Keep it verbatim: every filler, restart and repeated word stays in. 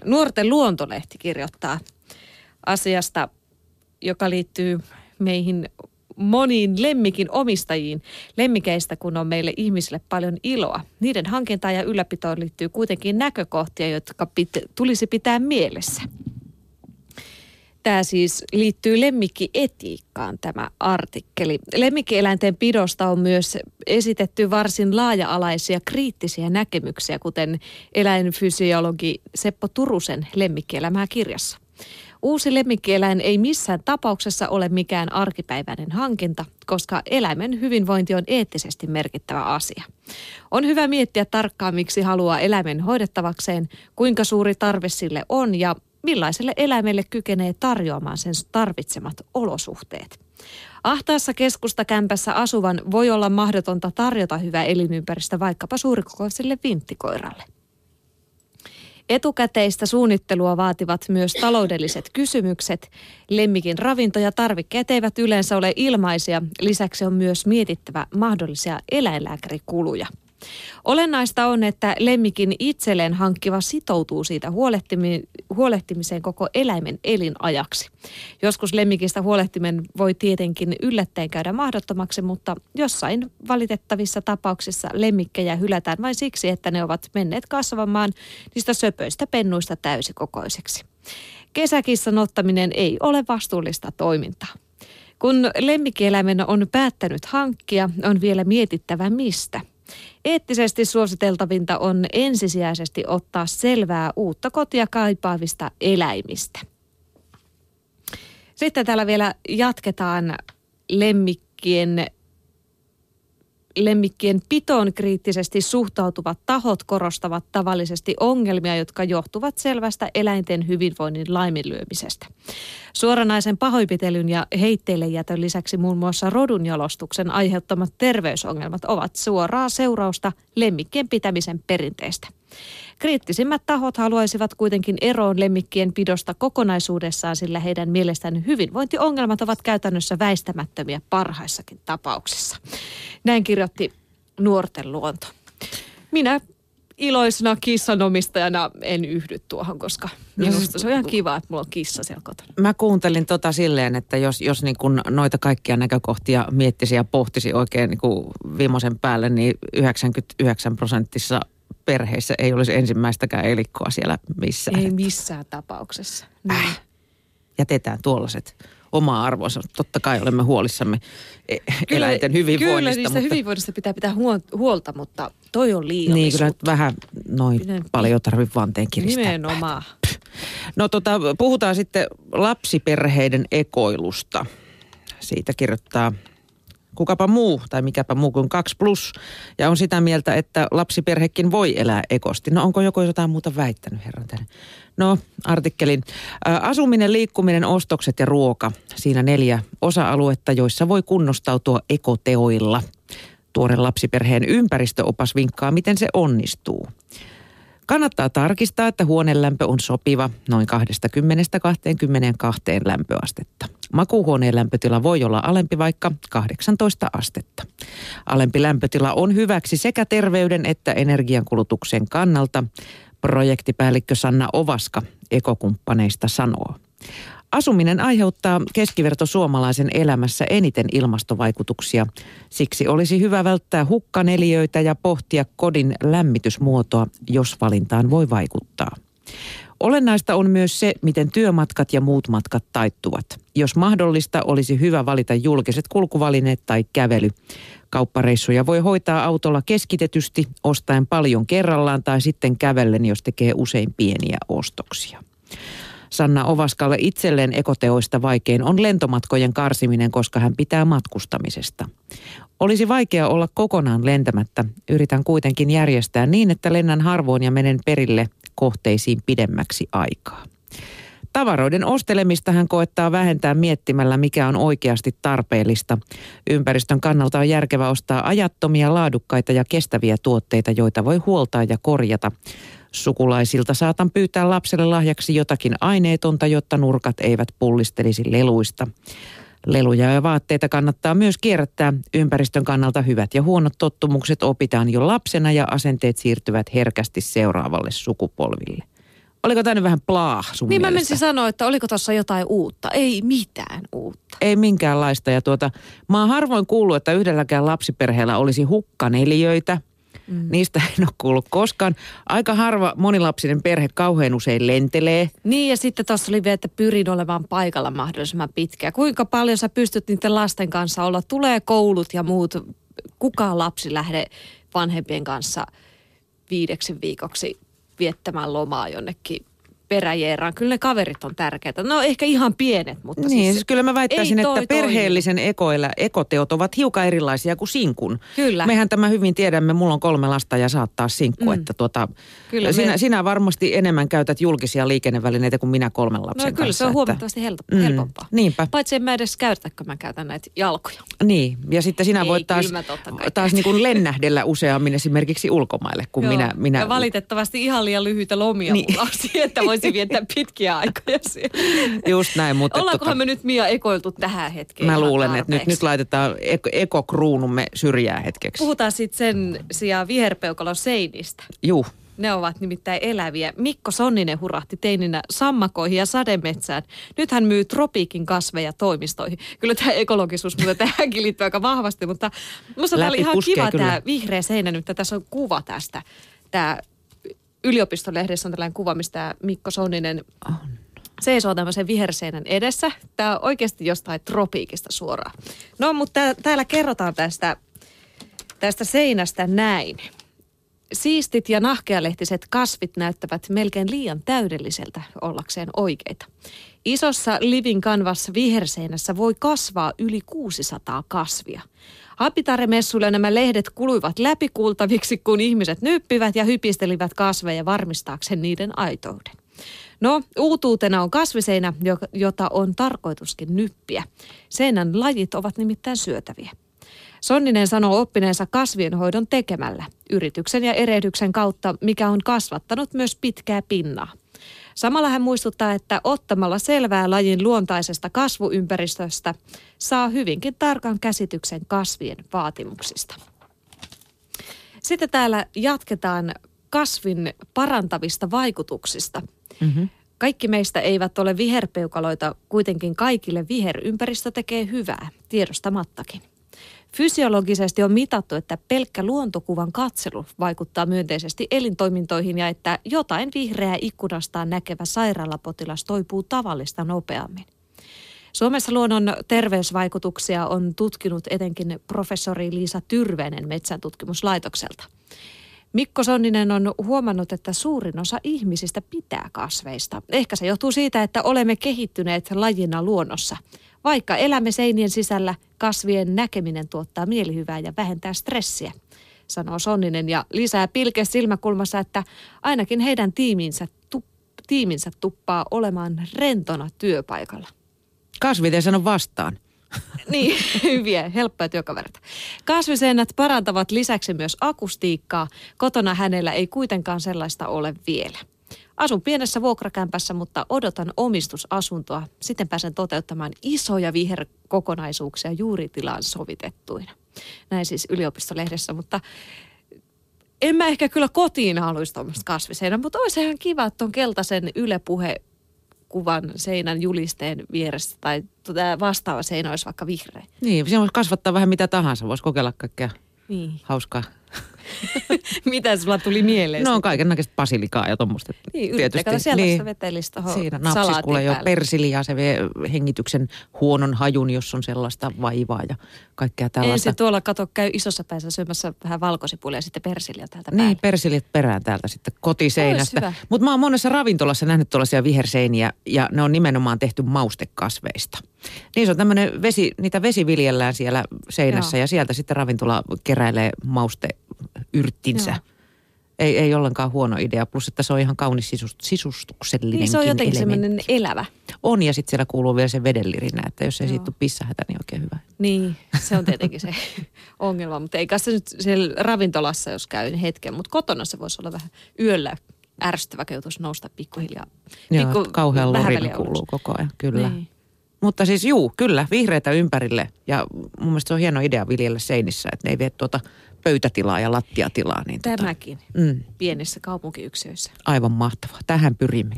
Nuorten Luontolehti kirjoittaa asiasta, joka liittyy meihin moniin lemmikin omistajiin. Lemmikeistä, kun on meille ihmisille paljon iloa. Niiden hankintaan ja ylläpitoon liittyy kuitenkin näkökohtia, jotka pit- tulisi pitää mielessä. Tämä siis liittyy lemmikkietiikkaan tämä artikkeli. Lemmikkieläinten pidosta on myös esitetty varsin laaja-alaisia kriittisiä näkemyksiä, kuten eläinfysiologi Seppo Turusen Lemmikkielämää -kirjassa. Uusi lemmikkieläin ei missään tapauksessa ole mikään arkipäiväinen hankinta, koska eläimen hyvinvointi on eettisesti merkittävä asia. On hyvä miettiä tarkkaan, miksi haluaa eläimen hoidettavakseen, kuinka suuri tarve sille on ja millaiselle eläimelle kykenee tarjoamaan sen tarvitsemat olosuhteet. Ahtaassa keskustakämpässä asuvan voi olla mahdotonta tarjota hyvä elinympäristö vaikkapa suurikokoiselle vinttikoiralle. Etukäteistä suunnittelua vaativat myös taloudelliset kysymykset. Lemmikin ravinto ja tarvikkeet eivät yleensä ole ilmaisia. Lisäksi on myös mietittävä mahdollisia eläinlääkärikuluja. Olennaista on, että lemmikin itselleen hankkiva sitoutuu siitä huolehtimi- huolehtimiseen koko eläimen elinajaksi. Joskus lemmikistä huolehtiminen voi tietenkin yllättäen käydä mahdottomaksi, mutta jossain valitettavissa tapauksissa lemmikkejä hylätään vain siksi, että ne ovat menneet kasvamaan niistä söpöistä pennuista täysikokoiseksi. Kesäkissan ottaminen ei ole vastuullista toimintaa. Kun lemmikkieläimen on päättänyt hankkia, on vielä mietittävä mistä. Eettisesti suositeltavinta on ensisijaisesti ottaa selvää uutta kotia kaipaavista eläimistä. Sitten täällä vielä jatketaan lemmikkien, lemmikkien pitoon kriittisesti suhtautuvat tahot korostavat tavallisesti ongelmia, jotka johtuvat selvästä eläinten hyvinvoinnin laiminlyömisestä. Suoranaisen pahoinpitelyn ja heitteillejätön lisäksi muun muassa rodunjalostuksen aiheuttamat terveysongelmat ovat suoraa seurausta lemmikkien pitämisen perinteestä. Kriittisimmät tahot haluaisivat kuitenkin eroon lemmikkien pidosta kokonaisuudessaan, sillä heidän mielestään hyvinvointiongelmat ovat käytännössä väistämättömiä parhaissakin tapauksissa. Näin kirjoitti Nuorten Luonto. Minä iloisena kissanomistajana en yhdy tuohon, koska minusta se on ihan kiva, että mulla on kissa siellä kotona. Mä kuuntelin tota silleen, että jos, jos niin kun noita kaikkia näkökohtia miettisi ja pohtisi oikein niin kuin viimeisen päälle, niin yhdeksänkymmentäyhdeksän prosentissa perheissä ei olisi ensimmäistäkään elikkoa siellä missään. Ei missään tapauksessa. Äh, jätetään tuollaiset omaa arvoansa. Totta kai olemme huolissamme eläinten hyvinvoinnista. Kyllä, niistä mutta hyvinvoinnista pitää pitää huolta, mutta toi on liiallisuutta. Niin, kyllä vähän noin Pidän, paljon tarvitse vanteen kiristää. Nimenomaan. No tota, puhutaan sitten lapsiperheiden ekoilusta. Siitä kirjoittaa kukapa muu tai mikäpä muu kuin kaksi plus. Ja on sitä mieltä, että lapsiperhekin voi elää ekosti. No onko joku jotain muuta väittänyt, herran tänne? No, artikkelin. Ä, asuminen, liikkuminen, ostokset ja ruoka. Siinä neljä osa-aluetta, joissa voi kunnostautua ekoteoilla. Tuore lapsiperheen ympäristöopas vinkkaa, miten se onnistuu. Kannattaa tarkistaa, että huonelämpö on sopiva noin kaksikymmentä kaksikymmentäkaksi lämpöastetta. Makuuhuoneen lämpötila voi olla alempi vaikka kahdeksantoista astetta. Alempi lämpötila on hyväksi sekä terveyden että energiankulutuksen kannalta, projektipäällikkö Sanna Ovaska ekokumppaneista sanoo. Asuminen aiheuttaa keskivertosuomalaisen elämässä eniten ilmastovaikutuksia. Siksi olisi hyvä välttää hukkaneliöitä ja pohtia kodin lämmitysmuotoa, jos valintaan voi vaikuttaa. Olennaista on myös se, miten työmatkat ja muut matkat taittuvat. Jos mahdollista, olisi hyvä valita julkiset kulkuvälineet tai kävely. Kauppareissuja voi hoitaa autolla keskitetysti, ostaen paljon kerrallaan tai sitten kävellen, jos tekee usein pieniä ostoksia. Sanna Ovaskalle itselleen ekoteoista vaikein on lentomatkojen karsiminen, koska hän pitää matkustamisesta. Olisi vaikea olla kokonaan lentämättä. Yritän kuitenkin järjestää niin, että lennän harvoin ja menen perille kohteisiin pidemmäksi aikaa. Tavaroiden ostelemista hän koettaa vähentää miettimällä, mikä on oikeasti tarpeellista. Ympäristön kannalta on järkevä ostaa ajattomia, laadukkaita ja kestäviä tuotteita, joita voi huoltaa ja korjata. Sukulaisilta saatan pyytää lapselle lahjaksi jotakin aineetonta, jotta nurkat eivät pullistelisi leluista. Leluja ja vaatteita kannattaa myös kierrättää. Ympäristön kannalta hyvät ja huonot tottumukset opitaan jo lapsena ja asenteet siirtyvät herkästi seuraavalle sukupolville. Oliko tämä nyt vähän plaah sun Niin mielestä? mä menisin sanoa, että oliko tuossa jotain uutta. Ei mitään uutta. Ei minkäänlaista. Ja tuota, mä oon harvoin kuullut, että yhdelläkään lapsiperheellä olisi hukkanelijöitä. Mm. Niistä en ole kuullut koskaan. Aika harva monilapsinen perhe kauhean usein lentelee. Niin ja sitten tuossa oli vielä, että pyrin olemaan paikalla mahdollisimman pitkään. Kuinka paljon sä pystyt niiden lasten kanssa olla? Tulee koulut ja muut. Kukaan lapsi lähde vanhempien kanssa viideksi viikoksi viettämään lomaa jonnekin peräjeeraan. Kyllä ne kaverit on tärkeitä. No ehkä ihan pienet, mutta niin, siis... siis kyllä mä väittäisin, että toi perheellisen ekoilla, ekoteot ovat hiukan erilaisia kuin sinkun. Kyllä. Mehän tämä hyvin tiedämme, mulla on kolme lasta ja saattaa sinkku, mm. että tuota, kyllä sinä, me... sinä varmasti enemmän käytät julkisia liikennevälineitä kuin minä kolmen lapsen kanssa. No kyllä se on huomattavasti että... mm, helpompaa. Niinpä. Paitsi en mä edes käytä, kun mä käytän näitä jalkoja. Niin, ja sitten sinä Ei, voit taas, taas niin kuin lennähdellä useammin esimerkiksi ulkomaille, kun minä, minä... Ja valitettavasti ihan liian lyhyitä lomia niin. mulla on siihen, että voisi viettää pitkiä aikoja siellä. Just näin, mutta... Ollaankohan tota, me nyt Mia ekoiltu tähän hetkeen? Mä luulen, että nyt, nyt laitetaan eko, ekokruunumme syrjään hetkeksi. Puhutaan sitten sen sijaan viherpeukalon seinistä. Juh. Ne ovat nimittäin eläviä. Mikko Sonninen hurahti teininä sammakoihin ja sademetsään. Nyt hän myy tropiikin kasveja toimistoihin. Kyllä tämä ekologisuus, mutta tähänkin liittyy aika vahvasti, mutta minusta tämä oli ihan kiva kyllä. Tämä vihreä seinä nyt. Tässä on kuva tästä. Tämä yliopistolehdessä on tällainen kuva, mistä Mikko Sonninen on. Seisoo tämmöisen viherseinän edessä. Tämä on oikeasti jostain tropiikista suoraan. No, mutta täällä kerrotaan tästä, tästä seinästä näin. Siistit ja nahkealehtiset kasvit näyttävät melkein liian täydelliseltä ollakseen oikeita. Isossa living canvas viherseinässä voi kasvaa yli kuusisataa kasvia. Hapitaremessuilla nämä lehdet kuluivat läpikuultaviksi, kun ihmiset nyppivät ja hypistelivät kasveja varmistaakseen niiden aitouden. No, uutuutena on kasviseinä, jota on tarkoituskin nyppiä. Seinän lajit ovat nimittäin syötäviä. Sonninen sanoo oppineensa kasvienhoidon tekemällä, yrityksen ja erehdyksen kautta, mikä on kasvattanut myös pitkää pinnaa. Samalla hän muistuttaa, että ottamalla selvää lajin luontaisesta kasvuympäristöstä saa hyvinkin tarkan käsityksen kasvien vaatimuksista. Sitten täällä jatketaan kasvin parantavista vaikutuksista. Mm-hmm. Kaikki meistä eivät ole viherpeukaloita, kuitenkin kaikille viherympäristö tekee hyvää, tiedostamattakin. Fysiologisesti on mitattu, että pelkkä luontokuvan katselu vaikuttaa myönteisesti elintoimintoihin ja että jotain vihreää ikkunastaan näkevä sairaalapotilas toipuu tavallista nopeammin. Suomessa luonnon terveysvaikutuksia on tutkinut etenkin professori Liisa Tyrväinen Metsäntutkimuslaitokselta. Mikko Sonninen on huomannut, että suurin osa ihmisistä pitää kasveista. Ehkä se johtuu siitä, että olemme kehittyneet lajina luonnossa. Vaikka elämme seinien sisällä, kasvien näkeminen tuottaa mielihyvää ja vähentää stressiä, sanoo Sonninen ja lisää pilke silmäkulmassa, että ainakin heidän tiiminsä, tu, tiiminsä tuppaa olemaan rentona työpaikalla. Kasvit ei sano vastaan. Niin, hyviä, helppoja työkavereita. Kasviseinät parantavat lisäksi myös akustiikkaa. Kotona hänellä ei kuitenkaan sellaista ole vielä. Asun pienessä vuokrakämpässä, mutta odotan omistusasuntoa. Sitten pääsen toteuttamaan isoja viherkokonaisuuksia juuri tilaan sovitettuina. Näin siis yliopistolehdessä, mutta en mä ehkä kyllä kotiin haluaisi tuommoista kasviseinää, mutta olisi ihan kiva, että on keltaisen Yle Puhe kuvan seinän julisteen vieressä tai vastaava seinä olisi vaikka vihreä. Niin, siinä voisi kasvattaa vähän mitä tahansa, voisi kokeilla kaikkea niin hauskaa. Mitä sulla tuli mieleen? No on kaiken näköistä basilikaa ja tuommoista. Niin, yrittäkää siellä niin, vetelisi tuohon siinä napsissa kuulee jo persiliaa, se vie hengityksen huonon hajun, jos on sellaista vaivaa ja kaikkea tällaista. Ensin tuolla kato, käy isossa päässä syömässä vähän valkosipulia ja sitten persiliä täältä päälle. Niin, persiliat perään täältä sitten kotiseinästä. Mutta mä oon monessa ravintolassa nähnyt tuollaisia viherseiniä ja ne on nimenomaan tehty maustekasveista. Niin se on tämmöinen vesi, niitä vesiviljellään siellä seinässä Joo. ja sieltä sitten ravintola keräilee mausteyrttinsä. Joo. Ei, ei ollenkaan huono idea, plus että se on ihan kaunis sisust, sisustuksellinenkin Niin se on jotenkin elementti. semmoinen elävä. On ja sitten siellä kuuluu vielä se vedenlirinä, että jos ei siitä tule pissahätä, niin oikein hyvä. Niin, se on tietenkin se ongelma, mutta eikä se nyt siellä ravintolassa, jos käy niin hetken, mutta kotona se voisi olla vähän yöllä ärsyttävä, kun joutuisi nousta pikkuhiljaa. Joo, pikku, kauhean lorina kuuluu koko ajan, kyllä. Niin. Mutta siis juu, kyllä, vihreitä ympärille ja mun mielestä se on hieno idea viljellä seinissä, että ne ei vie tuota pöytätilaa ja lattiatilaa. Niin Tämäkin tota, mm. pienissä kaupunkiyksiöissä. Aivan mahtavaa. Tähän pyrimme.